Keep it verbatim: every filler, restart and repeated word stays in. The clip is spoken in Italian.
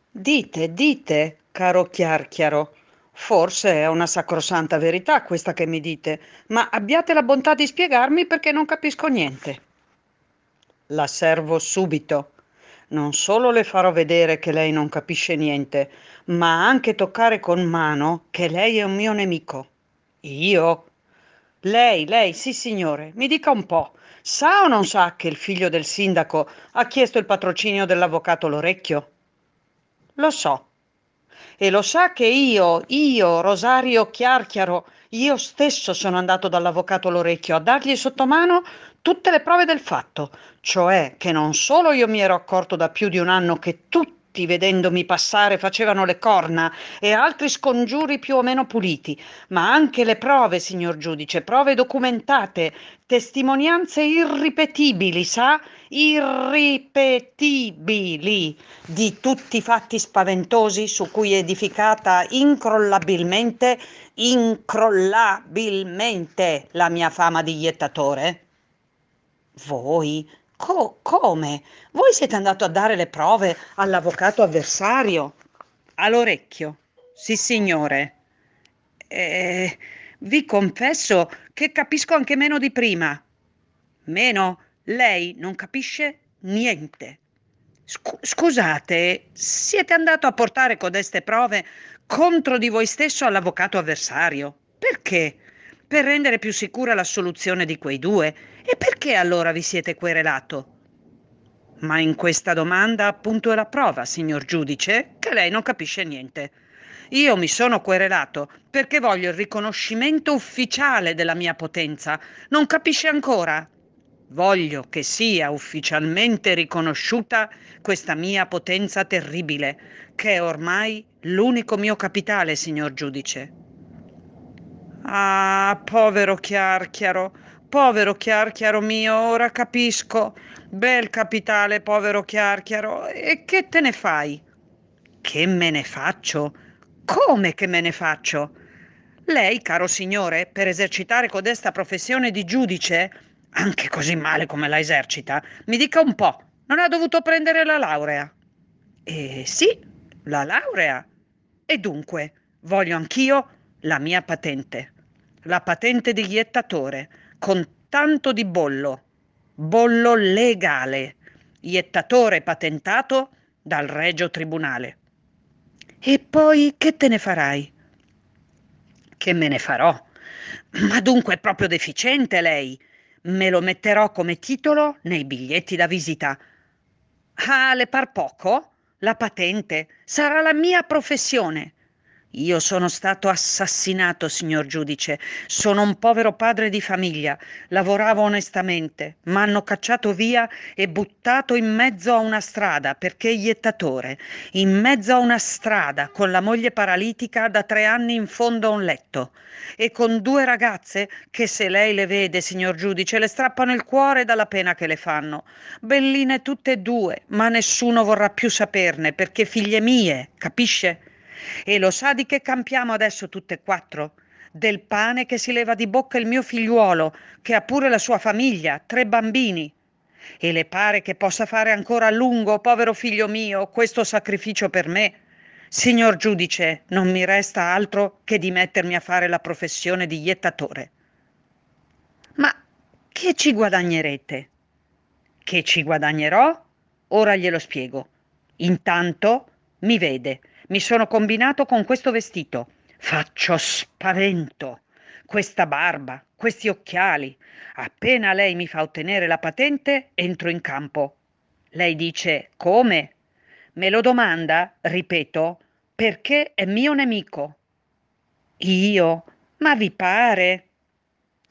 Dite, dite, caro Chiarchiaro. Forse è una sacrosanta verità questa che mi dite, ma abbiate la bontà di spiegarmi perché non capisco niente. La servo subito. Non solo le farò vedere che lei non capisce niente, ma anche toccare con mano che lei è un mio nemico. Io? Lei, lei, sì signore, mi dica un po', sa o non sa che il figlio del sindaco ha chiesto il patrocinio dell'avvocato Lorecchio? Lo so. E lo sa che io, io, Rosario Chiarchiaro, io stesso sono andato dall'avvocato Lorecchio a dargli sotto mano tutte le prove del fatto, cioè che non solo io mi ero accorto da più di un anno che tutti vedendomi passare facevano le corna e altri scongiuri più o meno puliti, ma anche le prove, signor giudice, prove documentate, testimonianze irripetibili, sa? Irripetibili di tutti i fatti spaventosi su cui è edificata incrollabilmente, incrollabilmente la mia fama di iettatore? Voi? Co- come? Voi siete andato a dare le prove all'avvocato avversario? All'orecchio? Sì, signore. Eh, vi confesso che capisco anche meno di prima. Meno? Lei non capisce niente. Scu- scusate, siete andato a portare codeste prove contro di voi stesso all'avvocato avversario. Perché? Per rendere più sicura la soluzione di quei due. E perché allora vi siete querelato? Ma in questa domanda appunto è la prova, signor giudice, che lei non capisce niente. Io mi sono querelato perché voglio il riconoscimento ufficiale della mia potenza. Non capisce ancora? Voglio che sia ufficialmente riconosciuta questa mia potenza terribile, che è ormai l'unico mio capitale, signor giudice. Ah, povero Chiarchiaro, povero Chiarchiaro mio, ora capisco. Bel capitale, povero Chiarchiaro. E che te ne fai? Che me ne faccio? Come che me ne faccio? Lei, caro signore, per esercitare codesta professione di giudice, anche così male come la esercita, mi dica un po', non ha dovuto prendere la laurea? Eh sì, la laurea. E dunque, voglio anch'io la mia patente, la patente di iettatore, con tanto di bollo, bollo legale, iettatore patentato dal Regio Tribunale. E poi che te ne farai? Che me ne farò? Ma dunque è proprio deficiente lei. Me lo metterò come titolo nei biglietti da visita. Ah, le par poco? La patente sarà la mia professione. Io sono stato assassinato, signor giudice. Sono un povero padre di famiglia. Lavoravo onestamente. M'hanno cacciato via e buttato in mezzo a una strada perché iettatore. In mezzo a una strada con la moglie paralitica da tre anni in fondo a un letto. E con due ragazze che se lei le vede, signor giudice, le strappano il cuore dalla pena che le fanno. Belline tutte e due, ma nessuno vorrà più saperne perché figlie mie, capisce? E lo sa di che campiamo adesso tutte e quattro? Del pane che si leva di bocca il mio figliuolo, che ha pure la sua famiglia, tre bambini. E le pare che possa fare ancora a lungo, povero figlio mio, questo sacrificio per me? Signor giudice, non mi resta altro che di mettermi a fare la professione di iettatore. Ma che ci guadagnerete? Che ci guadagnerò? Ora glielo spiego. Intanto mi vede, mi sono combinato con questo vestito. Faccio spavento. Questa barba, questi occhiali. Appena lei mi fa ottenere la patente, entro in campo. Lei dice come? Me lo domanda, ripeto, perché è mio nemico. Io? Ma vi pare?